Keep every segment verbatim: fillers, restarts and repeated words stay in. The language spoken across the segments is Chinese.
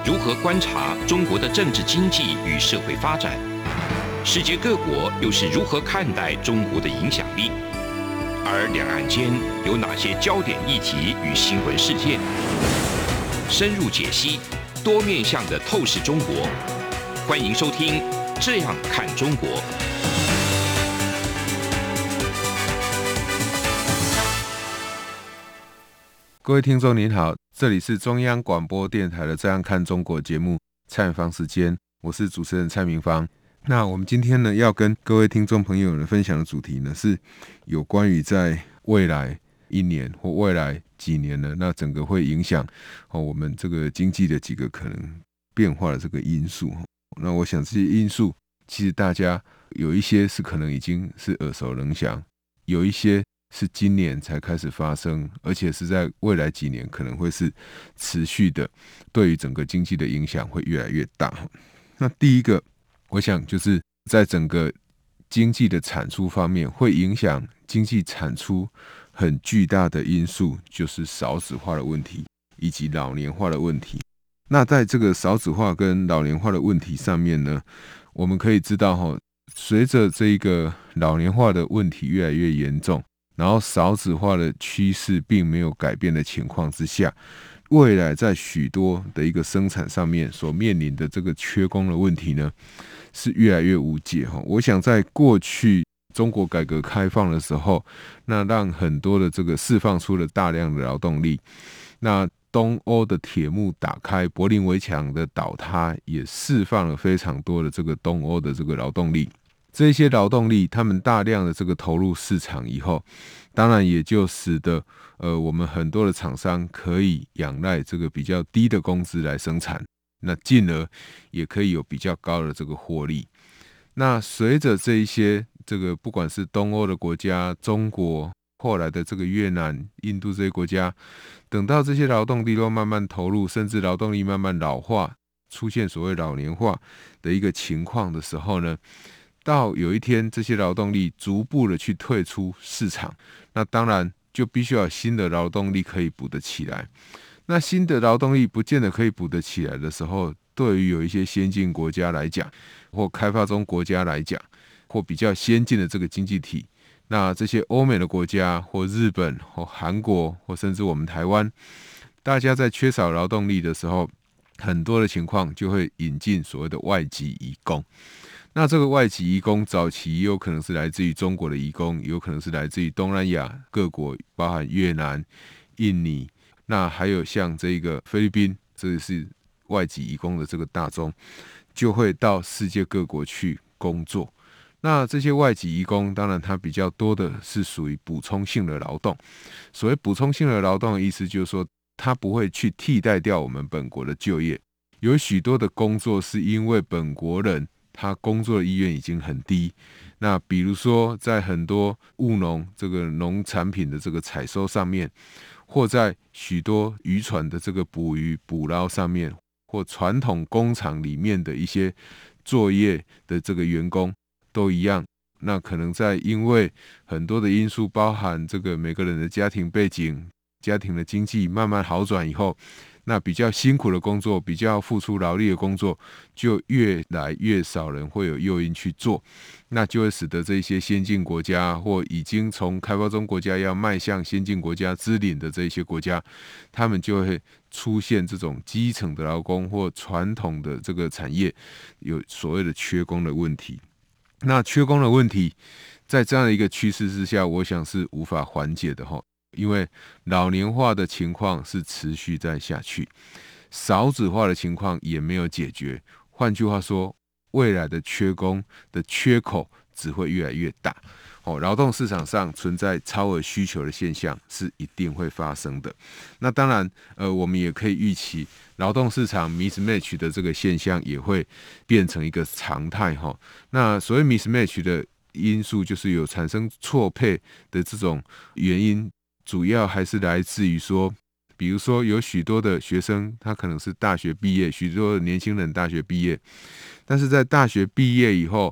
如何观察中国的政治经济与社会发展？世界各国又是如何看待中国的影响力？而两岸间有哪些焦点议题与新闻事件？深入解析，多面向的透视中国。欢迎收听《这样看中国》。 各位听众您好，这里是中央广播电台的《这样看中国》节目，蔡明芳时间，我是主持人蔡明芳。那我们今天呢，要跟各位听众朋友呢分享的主题呢，是有关于在未来一年或未来几年呢，那整个会影响哦我们这个经济的几个可能变化的这个因素。那我想这些因素，其实大家有一些是可能已经是耳熟能详，有一些是今年才开始发生，而且是在未来几年可能会是持续的，对于整个经济的影响会越来越大。那第一个，我想就是在整个经济的产出方面，会影响经济产出很巨大的因素，就是少子化的问题以及老年化的问题。那在这个少子化跟老年化的问题上面呢，我们可以知道，随着这个老年化的问题越来越严重，然后少子化的趋势并没有改变的情况之下，未来在许多的一个生产上面所面临的这个缺工的问题呢，是越来越无解。我想在过去中国改革开放的时候，那让很多的这个释放出了大量的劳动力，那东欧的铁幕打开，柏林围墙的倒塌也释放了非常多的这个东欧的这个劳动力。这些劳动力他们大量的这个投入市场以后，当然也就使得呃我们很多的厂商可以仰赖这个比较低的工资来生产，那进而也可以有比较高的这个获利。那随着这一些这个不管是东欧的国家、中国后来的这个越南、印度这些国家，等到这些劳动力都慢慢投入，甚至劳动力慢慢老化，出现所谓老年化的一个情况的时候呢，到有一天这些劳动力逐步的去退出市场，那当然就必须要有新的劳动力可以补得起来。那新的劳动力不见得可以补得起来的时候，对于有一些先进国家来讲，或开发中国家来讲，或比较先进的这个经济体，那这些欧美的国家或日本或韩国或甚至我们台湾，大家在缺少劳动力的时候，很多的情况就会引进所谓的外籍移工。那这个外籍移工早期也有可能是来自于中国的移工，也有可能是来自于东南亚各国，包含越南、印尼，那还有像这个菲律宾，这是外籍移工的这个大宗，就会到世界各国去工作。那这些外籍移工，当然它比较多的是属于补充性的劳动。所谓补充性的劳动的意思就是说，它不会去替代掉我们本国的就业。有许多的工作是因为本国人他工作的意愿已经很低，那比如说在很多务农这个农产品的这个采收上面，或在许多渔船的这个捕鱼捕捞上面，或传统工厂里面的一些作业的这个员工都一样。那可能在因为很多的因素，包含这个每个人的家庭背景、家庭的经济慢慢好转以后，那比较辛苦的工作，比较付出劳力的工作，就越来越少人会有诱因去做，那就会使得这些先进国家或已经从开发中国家要迈向先进国家之领的这些国家，他们就会出现这种基层的劳工或传统的这个产业有所谓的缺工的问题。那缺工的问题，在这样的一个趋势之下，我想是无法缓解的，因为老年化的情况是持续在下去，少子化的情况也没有解决。换句话说，未来的缺工的缺口只会越来越大。哦，劳动市场上存在超额需求的现象是一定会发生的。那当然，呃，我们也可以预期，劳动市场 mismatch 的这个现象也会变成一个常态哈。那所谓 mismatch 的因素，就是有产生错配的这种原因，主要还是来自于说，比如说有许多的学生，他可能是大学毕业，许多的年轻人大学毕业，但是在大学毕业以后，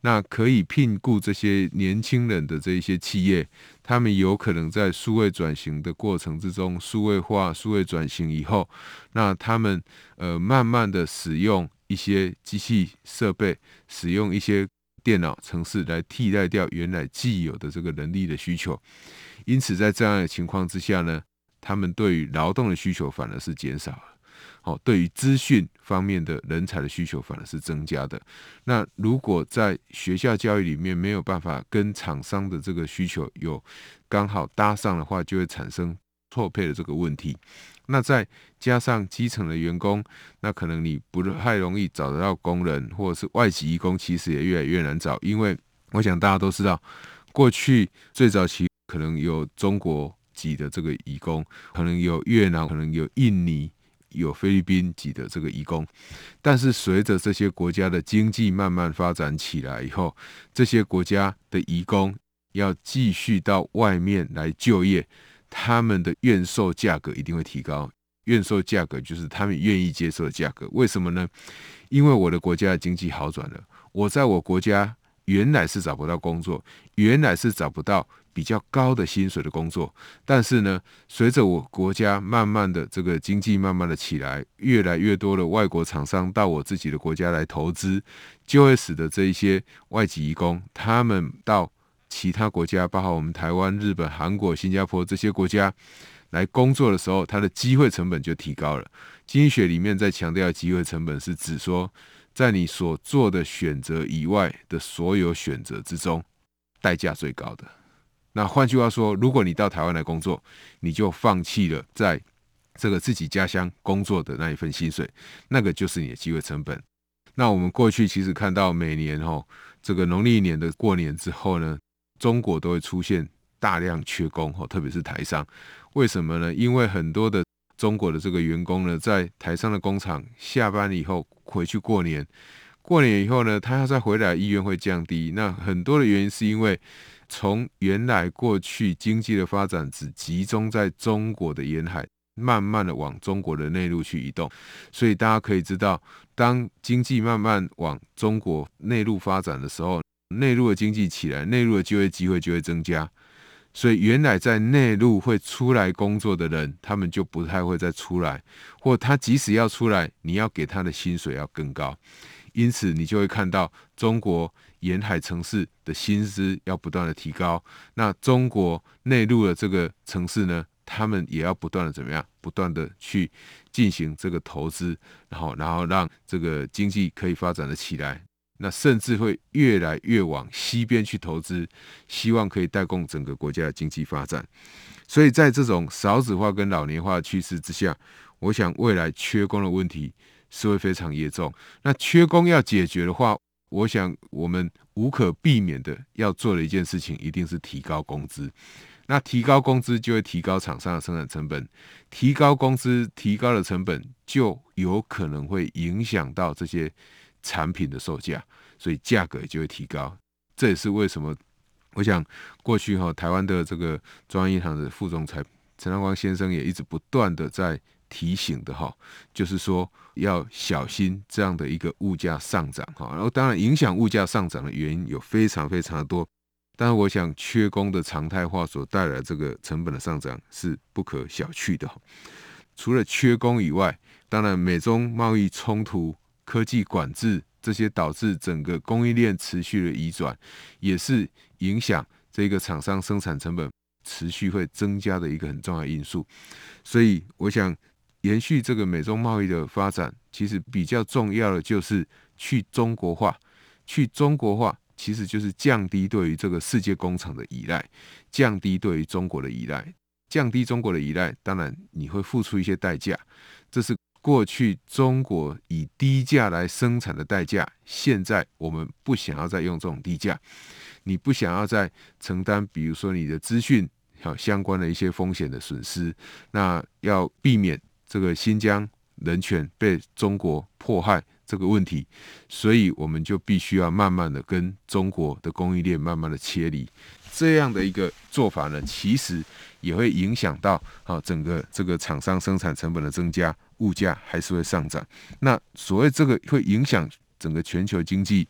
那可以聘雇这些年轻人的这一些企业，他们有可能在数位转型的过程之中，数位化、数位转型以后，那他们呃慢慢的使用一些机器设备，使用一些电脑程式来替代掉原来既有的这个人力的需求。因此在这样的情况之下呢，他们对于劳动的需求反而是减少了。好，对于资讯方面的人才的需求反而是增加的。那如果在学校教育里面没有办法跟厂商的这个需求有刚好搭上的话，就会产生错配的这个问题。那再加上基层的员工，那可能你不太容易找得到工人，或者是外籍移工，其实也越来越难找。因为我想大家都知道，过去最早期可能有中国籍的这个移工，可能有越南，可能有印尼，有菲律宾籍的这个移工，但是随着这些国家的经济慢慢发展起来以后，这些国家的移工要继续到外面来就业，他们的愿售价格一定会提高。愿售价格就是他们愿意接受的价格。为什么呢？因为我的国家的经济好转了，我在我国家原来是找不到工作，原来是找不到比较高的薪水的工作，但是呢，随着我国家慢慢的这个经济慢慢的起来，越来越多的外国厂商到我自己的国家来投资，就会使得这一些外籍移工，他们到其他国家，包括我们台湾、日本、韩国、新加坡这些国家来工作的时候，它的机会成本就提高了。经济学里面在强调的机会成本，是指说在你所做的选择以外的所有选择之中，代价最高的。那换句话说，如果你到台湾来工作，你就放弃了在这个自己家乡工作的那一份薪水，那个就是你的机会成本。那我们过去其实看到每年、哦、这个农历年的过年之后呢，中国都会出现大量缺工、哦、特别是台商。为什么呢？因为很多的中国的这个员工呢，在台商的工厂下班以后回去过年，过年以后呢，他要再回来意愿会降低。那很多的原因是因为从原来过去经济的发展只集中在中国的沿海，慢慢的往中国的内陆去移动。所以大家可以知道，当经济慢慢往中国内陆发展的时候，内陆的经济起来，内陆的就业机会就会增加。所以原来在内陆会出来工作的人，他们就不太会再出来，或他即使要出来，你要给他的薪水要更高。因此你就会看到中国沿海城市的薪资要不断的提高，那中国内陆的这个城市呢，他们也要不断的怎么样，不断的去进行这个投资，然后然后让这个经济可以发展的起来。那甚至会越来越往西边去投资，希望可以带动整个国家的经济发展。所以在这种少子化跟老年化的趋势之下，我想未来缺工的问题是会非常严重。那缺工要解决的话，我想我们无可避免的要做的一件事情，一定是提高工资。那提高工资就会提高厂商的生产成本，提高工资提高的成本就有可能会影响到这些产品的售价，所以价格就会提高。这也是为什么我想过去、哦、台湾的这个中央银行的副总裁陈南光先生也一直不断的在提醒的、哦、就是说要小心这样的一个物价上涨、哦、然后当然影响物价上涨的原因有非常非常的多，但是我想缺工的常态化所带来的这个成本的上涨是不可小觑的、哦、除了缺工以外，当然美中贸易冲突、科技管制，这些导致整个供应链持续的移转，也是影响这个厂商生产成本持续会增加的一个很重要的因素。所以我想延续这个美中贸易的发展，其实比较重要的就是去中国化。去中国化其实就是降低对于这个世界工厂的依赖，降低对于中国的依赖。降低中国的依赖，当然你会付出一些代价，这是过去中国以低价来生产的代价，现在我们不想要再用这种低价，你不想要再承担比如说你的资讯相关的一些风险的损失，那要避免这个新疆人权被中国迫害这个问题，所以我们就必须要慢慢的跟中国的供应链慢慢的切离。这样的一个做法呢，其实也会影响到、啊、整个这个厂商生产成本的增加，物价还是会上涨。那所谓这个会影响整个全球经济，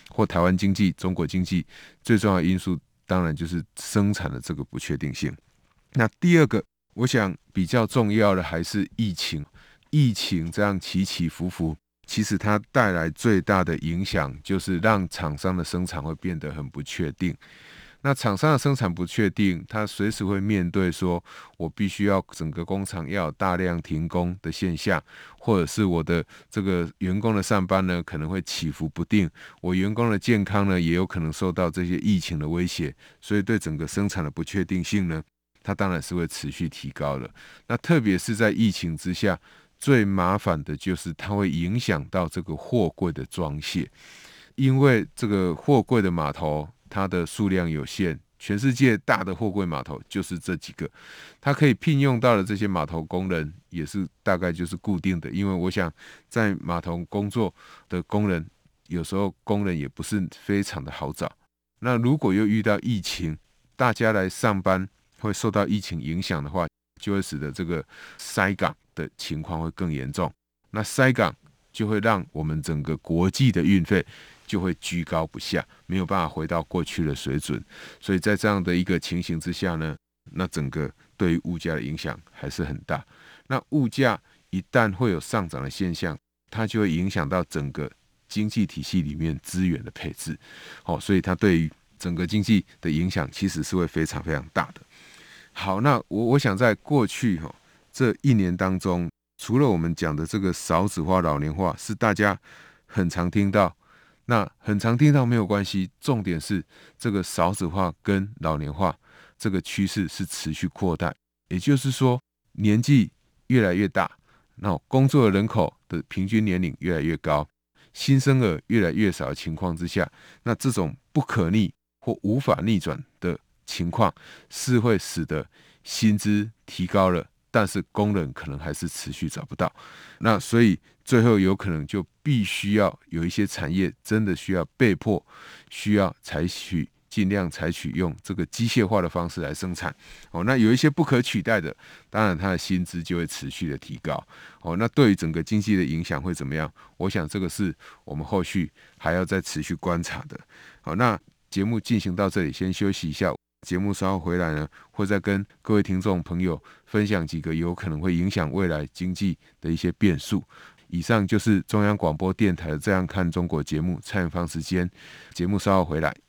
或台湾经济、中国经济最重要的因素，当然就是生产的这个不确定性。那第二个，我想比较重要的还是疫情。疫情这样起起伏伏，其实它带来最大的影响就是让厂商的生产会变得很不确定。那厂商的生产不确定，他随时会面对说，我必须要整个工厂要有大量停工的现象，或者是我的这个员工的上班呢可能会起伏不定，我员工的健康呢也有可能受到这些疫情的威胁，所以对整个生产的不确定性呢，它当然是会持续提高的。那特别是在疫情之下，最麻烦的就是它会影响到这个货柜的装卸，因为这个货柜的码头它的数量有限，全世界大的货柜码头就是这几个，它可以聘用到的这些码头工人也是大概就是固定的，因为我想在码头工作的工人有时候工人也不是非常的好找。那如果又遇到疫情，大家来上班会受到疫情影响的话，就会使得这个塞港的情况会更严重。那塞港就会让我们整个国际的运费就会居高不下，没有办法回到过去的水准。所以在这样的一个情形之下呢，那整个对于物价的影响还是很大。那物价一旦会有上涨的现象，它就会影响到整个经济体系里面资源的配置。哦，所以它对于整个经济的影响其实是会非常非常大的。好，那我我想在过去、哦、这一年当中，除了我们讲的这个少子化、老年化是大家很常听到，那很常听到没有关系，重点是这个少子化跟老年化这个趋势是持续扩大，也就是说年纪越来越大，那工作的人口的平均年龄越来越高，新生儿越来越少的情况之下，那这种不可逆或无法逆转的情况是会使得薪资提高了，但是工人可能还是持续找不到。那所以最后有可能就必须要有一些产业真的需要被迫需要采取尽量采取用这个机械化的方式来生产。哦，那有一些不可取代的，当然它的薪资就会持续的提高。哦，那对于整个经济的影响会怎么样？我想这个是我们后续还要再持续观察的。好，那节目进行到这里，先休息一下。节目稍后回来呢，会再跟各位听众朋友分享几个有可能会影响未来经济的一些变数。以上就是中央广播电台的《这样看中国》节目，蔡永芳时间。节目稍后回来。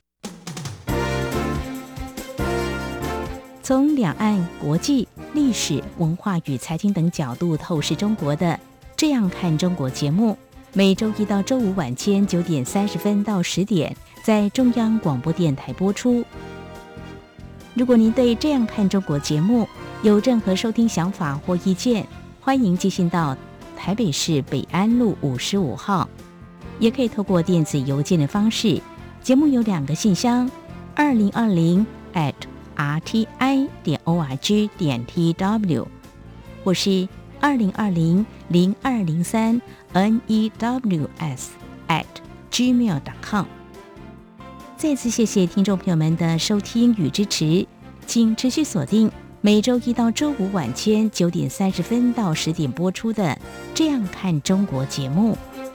从两岸、国际、历史、文化与财经等角度透视中国的《这样看中国》节目，每周一到周五晚间九点三十分到十点，在中央广播电台播出。如果您对《这样看中国》节目有任何收听想法或意见，欢迎寄信到台北市北安路五十五号，也可以透过电子邮件的方式。节目有两个信箱：二零二零 at r t i 点 o r g 点 t w， 或是二零二零零二零三 n e w s at gmail 点 com。再次谢谢听众朋友们的收听与支持，请持续锁定每周一到周五晚间九点三十分到十点播出的《这样看中国》节目。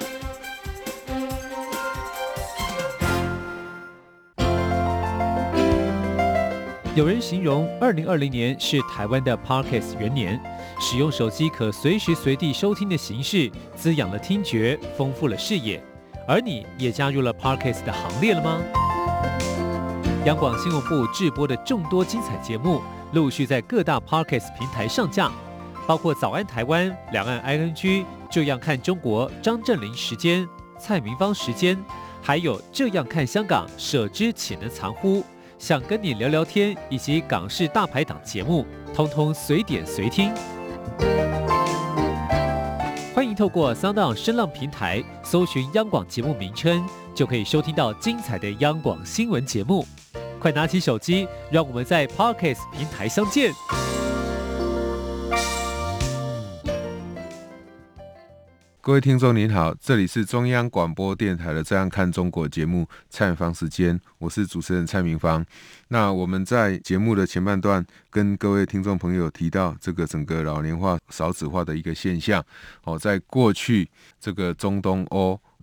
有人形容二零二零年是台湾的 Podcast 元年，使用手机可随时随地收听的形式，滋养了听觉，丰富了视野。而你也加入了 Podcast 的行列了吗？央广新闻部制播的众多精彩节目，陆续在各大 Podcast 平台上架，包括早安台湾、两岸 I N G、这样看中国、张正霖时间、蔡明芳时间，还有这样看香港、舍之岂能藏乎？想跟你聊聊天，以及港式大排档节目，通通随点随听。欢迎透过 SoundOn 声浪平台搜寻央广节目名称，就可以收听到精彩的央广新闻节目。快拿起手机，让我们在 Podcast 平台相见。 各位听众您好，这里是中央广播电台的《这样看中国》节目，蔡明芳时间，我是主持人蔡明芳。那我们在节目的前半段跟各位听众朋友提到这个整个老年化、少子化的一个现象。哦，在过去这个中东欧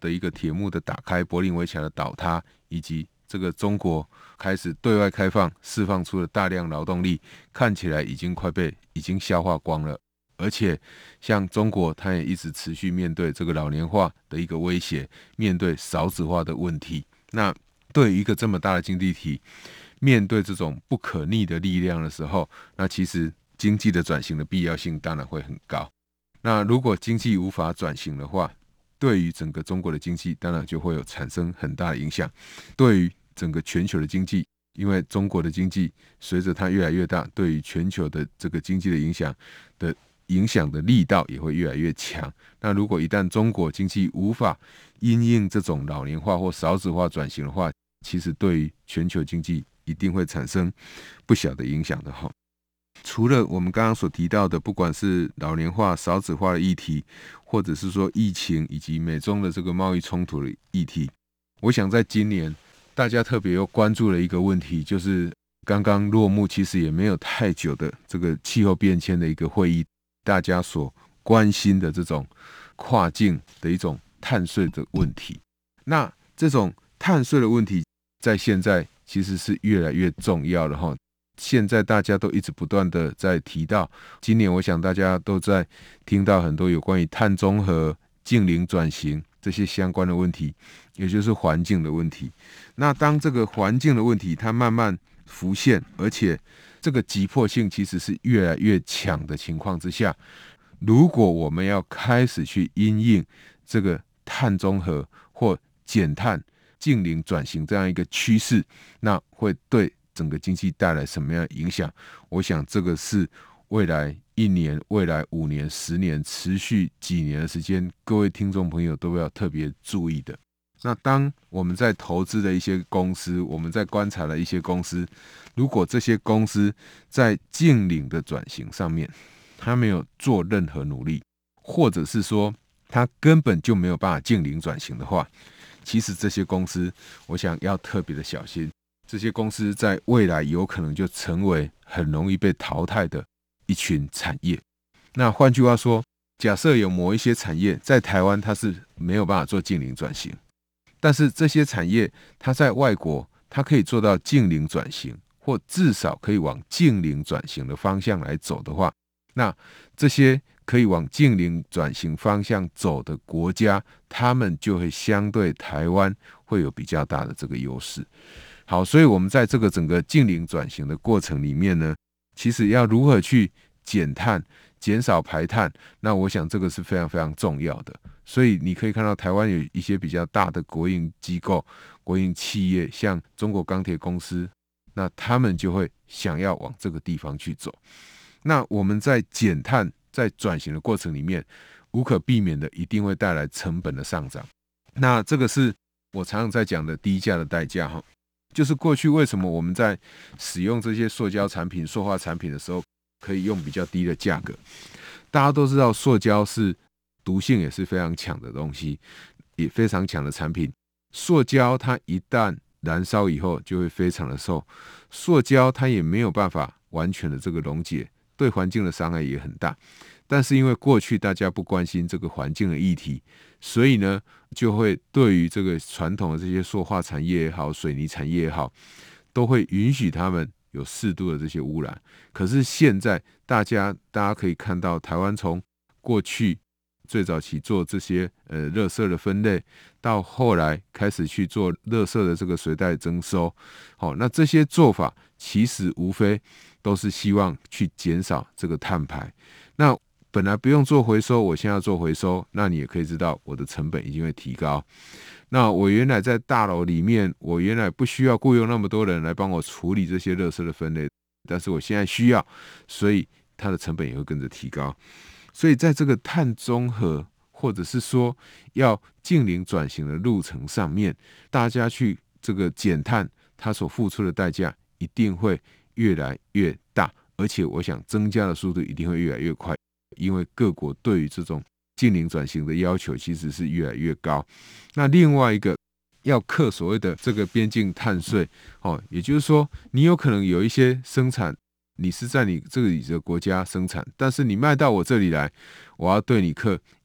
的一个铁幕的打开，柏林围墙的倒塌，以及这个中国开始对外开放，释放出了大量劳动力，看起来已经快被已经消化光了。而且像中国，它也一直持续面对这个老年化的一个威胁，面对少子化的问题。那对于一个这么大的经济体，面对这种不可逆的力量的时候，那其实经济的转型的必要性当然会很高。那如果经济无法转型的话，对于整个中国的经济当然就会有产生很大的影响，对于整个全球的经济，因为中国的经济随着它越来越大，对于全球的这个经济的影响的影响的力道也会越来越强。那如果一旦中国经济无法因应这种老年化或少子化转型的话，其实对于全球经济一定会产生不小的影响的哈。除了我们刚刚所提到的，不管是老年化、少子化的议题，或者是说疫情以及美中的这个贸易冲突的议题，我想在今年大家特别又关注了一个问题，就是刚刚落幕其实也没有太久的这个气候变迁的一个会议，大家所关心的这种跨境的一种碳税的问题。那这种碳税的问题在现在其实是越来越重要了哈。现在大家都一直不断的在提到，今年我想大家都在听到很多有关于碳中和、净零转型这些相关的问题，也就是环境的问题。那当这个环境的问题它慢慢浮现，而且这个急迫性其实是越来越强的情况之下，如果我们要开始去因应这个碳中和或减碳、净零转型这样一个趋势，那会对整个经济带来什么样的影响？我想这个是未来一年、未来五年、十年、持续几年的时间，各位听众朋友都要特别注意的。那当我们在投资的一些公司，我们在观察的一些公司，如果这些公司在净零的转型上面，他没有做任何努力，或者是说他根本就没有办法净零转型的话，其实这些公司，我想要特别的小心。这些公司在未来有可能就成为很容易被淘汰的一群产业。那换句话说，假设有某一些产业在台湾它是没有办法做净零转型，但是这些产业它在外国它可以做到净零转型，或至少可以往净零转型的方向来走的话，那这些可以往净零转型方向走的国家，他们就会相对台湾会有比较大的这个优势。好，所以我们在这个整个净零转型的过程里面呢，其实要如何去减碳、减少排碳，那我想这个是非常非常重要的。所以你可以看到台湾有一些比较大的国营机构、国营企业，像中国钢铁公司，那他们就会想要往这个地方去走。那我们在减碳、在转型的过程里面，无可避免的一定会带来成本的上涨。那这个是我常常在讲的低价的代价哈。就是过去为什么我们在使用这些塑胶产品、塑化产品的时候，可以用比较低的价格？大家都知道，塑胶是毒性也是非常强的东西，也非常强的产品。塑胶它一旦燃烧以后，就会非常的臭。塑胶它也没有办法完全的这个溶解，对环境的伤害也很大。但是因为过去大家不关心这个环境的议题，所以呢，就会对于这个传统的这些塑化产业也好、水泥产业也好，都会允许他们有适度的这些污染。可是现在大家大家可以看到，台湾从过去最早期做这些呃垃圾的分类，到后来开始去做垃圾的这个随袋征收，好，那这些做法其实无非都是希望去减少这个碳排。那本来不用做回收，我现在要做回收，那你也可以知道我的成本一定会提高。那我原来在大楼里面，我原来不需要雇佣那么多人来帮我处理这些垃圾的分类，但是我现在需要，所以它的成本也会跟着提高。所以在这个碳中和或者是说要净零转型的路程上面，大家去这个减碳，它所付出的代价一定会越来越大，而且我想增加的速度一定会越来越快。因为各国对于这种净零转型的要求其实是越来越高。那另外一个要课所谓的这个边境碳税，哦，也就是说你有可能有一些生产你是在你这里的国家生产，但是你卖到我这里来，我要对你课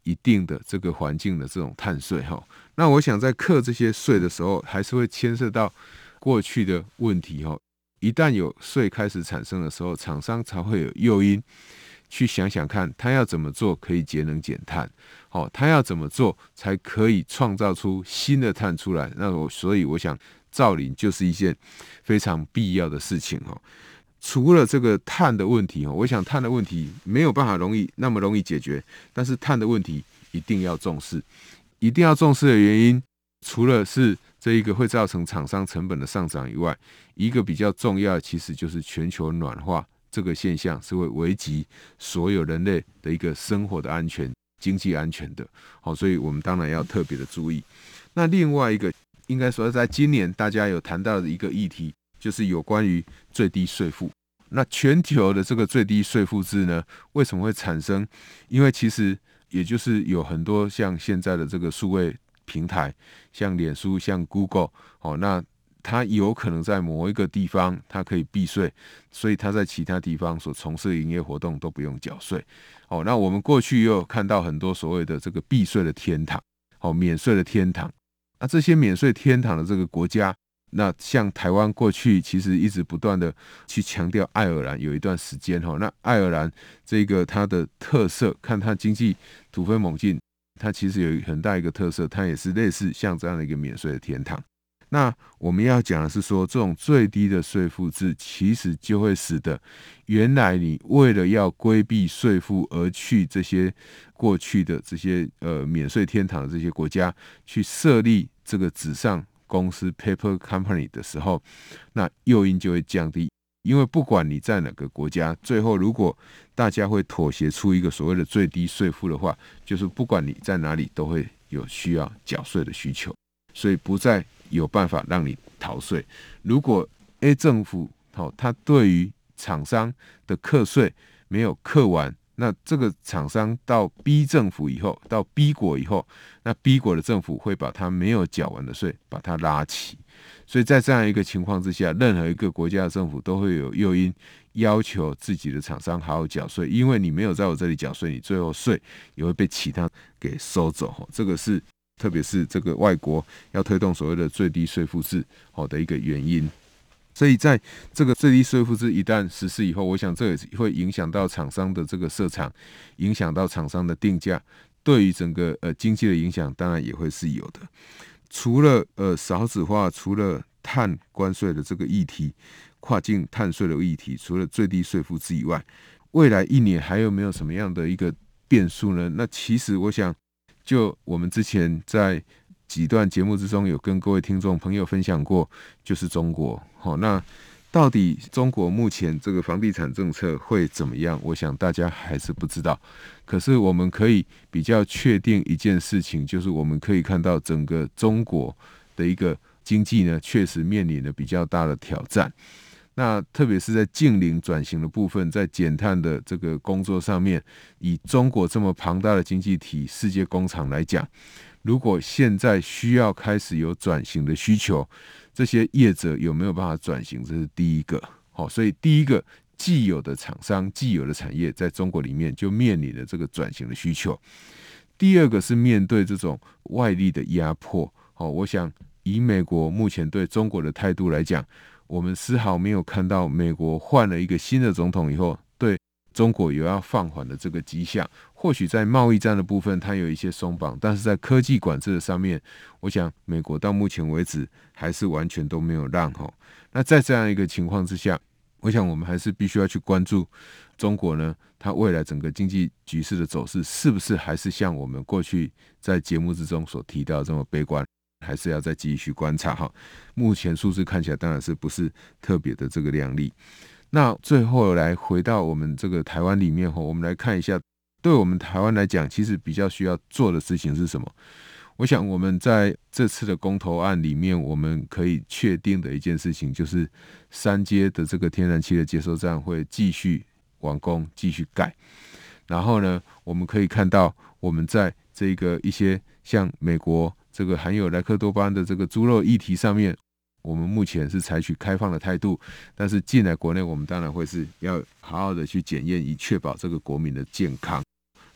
一定的这个环境的这种碳税哈。那我想在课这些税的时候，还是会牵涉到过去的问题哈。一旦有税开始产生的时候，厂商才会有诱因去想想看，他要怎么做可以节能减碳，哦，他要怎么做才可以创造出新的碳出来。那我所以我想，造林就是一件非常必要的事情哦。除了这个碳的问题，我想碳的问题没有办法容易那么容易解决，但是碳的问题一定要重视。一定要重视的原因，除了是这一个会造成厂商成本的上涨以外，一个比较重要的其实就是全球暖化这个现象是会危及所有人类的一个生活的安全、经济安全的。好，所以我们当然要特别的注意。那另外一个，应该说在今年大家有谈到的一个议题，就是有关于最低税负。那全球的这个最低税负制呢，为什么会产生？因为其实也就是有很多像现在的这个数位平台，像脸书、像 Google， 哦，那它有可能在某一个地方它可以避税，所以它在其他地方所从事的营业活动都不用缴税。哦，那我们过去也有看到很多所谓的这个避税的天堂，哦，免税的天堂。那这些免税天堂的这个国家，那像台湾过去其实一直不断的去强调爱尔兰有一段时间，那爱尔兰这个它的特色，看它经济突飞猛进，它其实有很大一个特色，它也是类似像这样的一个免税的天堂。那我们要讲的是说，这种最低的税负制其实就会使得原来你为了要规避税负而去这些过去的这些呃免税天堂的这些国家去设立这个纸上公司 paper company 的时候，那诱因就会降低。因为不管你在哪个国家，最后如果大家会妥协出一个所谓的最低税负的话，就是不管你在哪里都会有需要缴税的需求，所以不再有办法让你逃税。如果 A 政府、哦、他对于厂商的课税没有课完，那这个厂商到 B 政府以后，到 B 国以后，那 B 国的政府会把他没有缴完的税把它拉齐。所以在这样一个情况之下，任何一个国家的政府都会有诱因要求自己的厂商好好缴税，因为你没有在我这里缴税，你最后税也会被其他给收走。这个是特别是这个外国要推动所谓的最低税负制的一个原因。所以在这个最低税负制一旦实施以后，我想这也会影响到厂商的这个设厂，影响到厂商的定价，对于整个呃经济的影响当然也会是有的。除了呃少子化，除了碳关税的这个议题，跨境碳税的议题，除了最低税负制以外，未来一年还有没有什么样的一个变数呢？那其实我想，就我们之前在几段节目之中有跟各位听众朋友分享过，就是中国。好，那到底中国目前这个房地产政策会怎么样？我想大家还是不知道。可是我们可以比较确定一件事情，就是我们可以看到整个中国的一个经济呢，确实面临了比较大的挑战。那特别是在净零转型的部分，在减碳的这个工作上面，以中国这么庞大的经济体、世界工厂来讲，如果现在需要开始有转型的需求，这些业者有没有办法转型？这是第一个。好，所以第一个，既有的厂商、既有的产业在中国里面就面临了这个转型的需求。第二个是面对这种外力的压迫。好，我想以美国目前对中国的态度来讲，我们丝毫没有看到美国换了一个新的总统以后对中国有要放缓的这个迹象。或许在贸易战的部分它有一些松绑，但是在科技管制的上面，我想美国到目前为止还是完全都没有让。那在这样一个情况之下，我想我们还是必须要去关注中国呢，它未来整个经济局势的走势是不是还是像我们过去在节目之中所提到这么悲观，还是要再继续观察。目前数字看起来当然是不是特别的这个亮丽。那最后来回到我们这个台湾里面，我们来看一下，对我们台湾来讲，其实比较需要做的事情是什么？我想我们在这次的公投案里面，我们可以确定的一件事情，就是三接的这个天然气的接收站会继续完工，继续盖。然后呢，我们可以看到我们在这个一些像美国这个含有莱克多巴胺的这个猪肉议题上面，我们目前是采取开放的态度，但是进来国内我们当然会是要好好的去检验，以确保这个国民的健康。那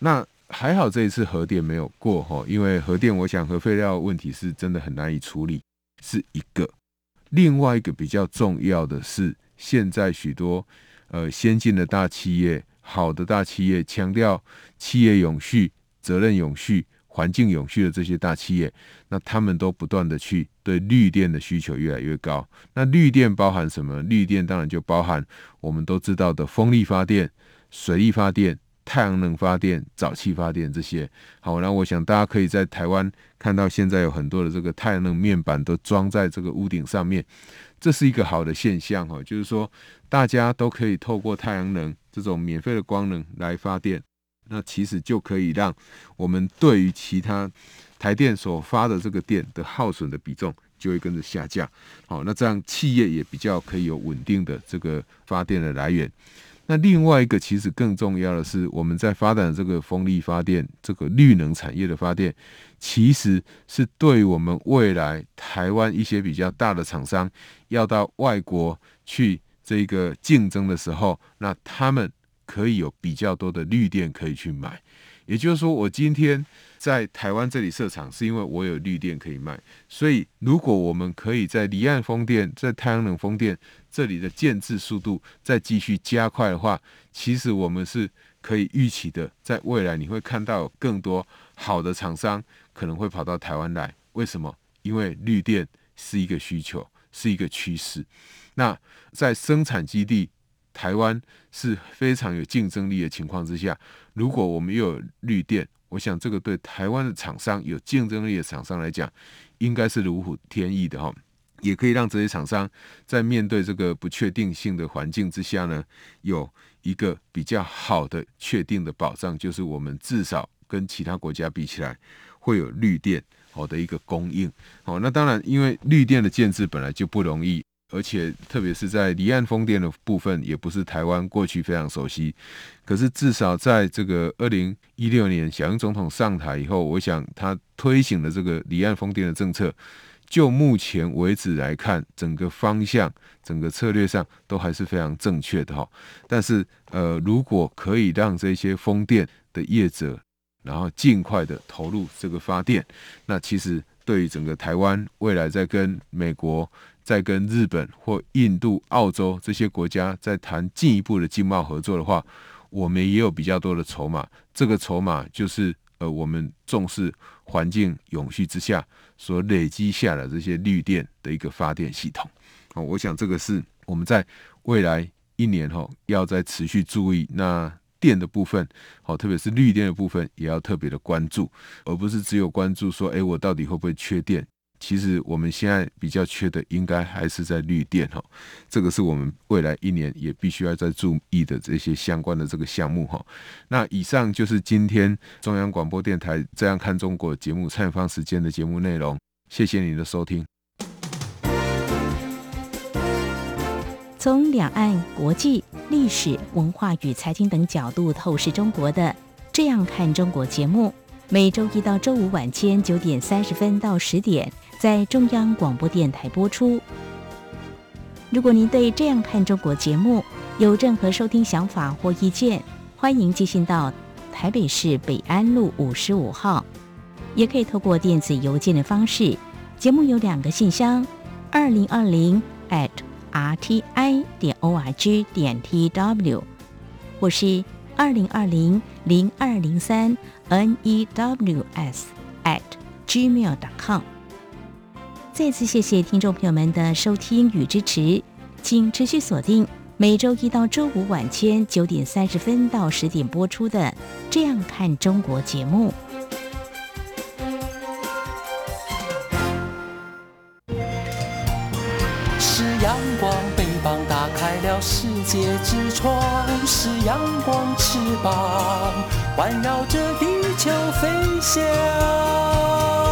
还好这一次核电没有过齁，因为核电我想核废料问题是真的很难以处理，是一个。另外一个比较重要的是，现在许多呃先进的大企业、好的大企业，强调企业永续、责任永续、环境永续的这些大企业，那他们都不断的去对绿电的需求越来越高。那绿电包含什么？绿电当然就包含我们都知道的风力发电、水力发电、太阳能发电、沼气发电这些。好，那我想大家可以在台湾看到现在有很多的这个太阳能面板都装在这个屋顶上面，这是一个好的现象，就是说大家都可以透过太阳能这种免费的光能来发电，那其实就可以让我们对于其他台电所发的这个电的耗损的比重就会跟着下降。好，那这样企业也比较可以有稳定的这个发电的来源。那另外一个其实更重要的是，我们在发展这个风力发电、这个绿能产业的发电，其实是对我们未来台湾一些比较大的厂商要到外国去这个竞争的时候，那他们可以有比较多的绿电可以去买。也就是说，我今天在台湾这里设厂，是因为我有绿电可以卖。所以，如果我们可以在离岸风电、在太阳能风电这里的建制速度再继续加快的话，其实我们是可以预期的，在未来你会看到有更多好的厂商可能会跑到台湾来。为什么？因为绿电是一个需求，是一个趋势。那在生产基地，台湾是非常有竞争力的情况之下，如果我们又有绿电，我想这个对台湾的厂商、有竞争力的厂商来讲，应该是如虎添翼的齁，也可以让这些厂商在面对这个不确定性的环境之下呢，有一个比较好的确定的保障，就是我们至少跟其他国家比起来，会有绿电好的一个供应。好，那当然，因为绿电的建制本来就不容易。而且特别是在离岸风电的部分，也不是台湾过去非常熟悉。可是至少在这个二零一六年小英总统上台以后，我想他推行的这个离岸风电的政策，就目前为止来看，整个方向、整个策略上都还是非常正确的哈。但是呃，如果可以让这些风电的业者，然后尽快的投入这个发电，那其实对于整个台湾未来在跟美国、在跟日本或印度、澳洲这些国家在谈进一步的经贸合作的话，我们也有比较多的筹码。这个筹码就是呃，我们重视环境永续之下所累积下的这些绿电的一个发电系统。哦，我想这个是我们在未来一年哦要再持续注意。那电的部分，好，特别是绿电的部分，也要特别的关注，而不是只有关注说，哎，我到底会不会缺电？其实我们现在比较缺的，应该还是在绿电哈，这个是我们未来一年也必须要再注意的这些相关的这个项目哈。那以上就是今天中央广播电台《这样看中国》节目蔡方时间的节目内容，谢谢你的收听。 从两岸、国际、历史、文化与财经等角度透视中国的《这样看中国》节目，每周一到周五晚间九点三十分到十点，在中央广播电台播出。如果您对《这样看中国》节目有任何收听想法或意见，欢迎寄信到台北市北安路五十五号，也可以透过电子邮件的方式。节目有两个信箱：二零二零 at r t i 点 o r g 点 t w， 或是二零二零零二零三 n e w s at gmail 点 com。 再次谢谢听众朋友们的收听与支持，请持续锁定每周一到周五晚间九点三十分到十点播出的《这样看中国》节目。 是阳光，翅膀打开了世界之窗，是阳光翅膀环绕着地球飞翔。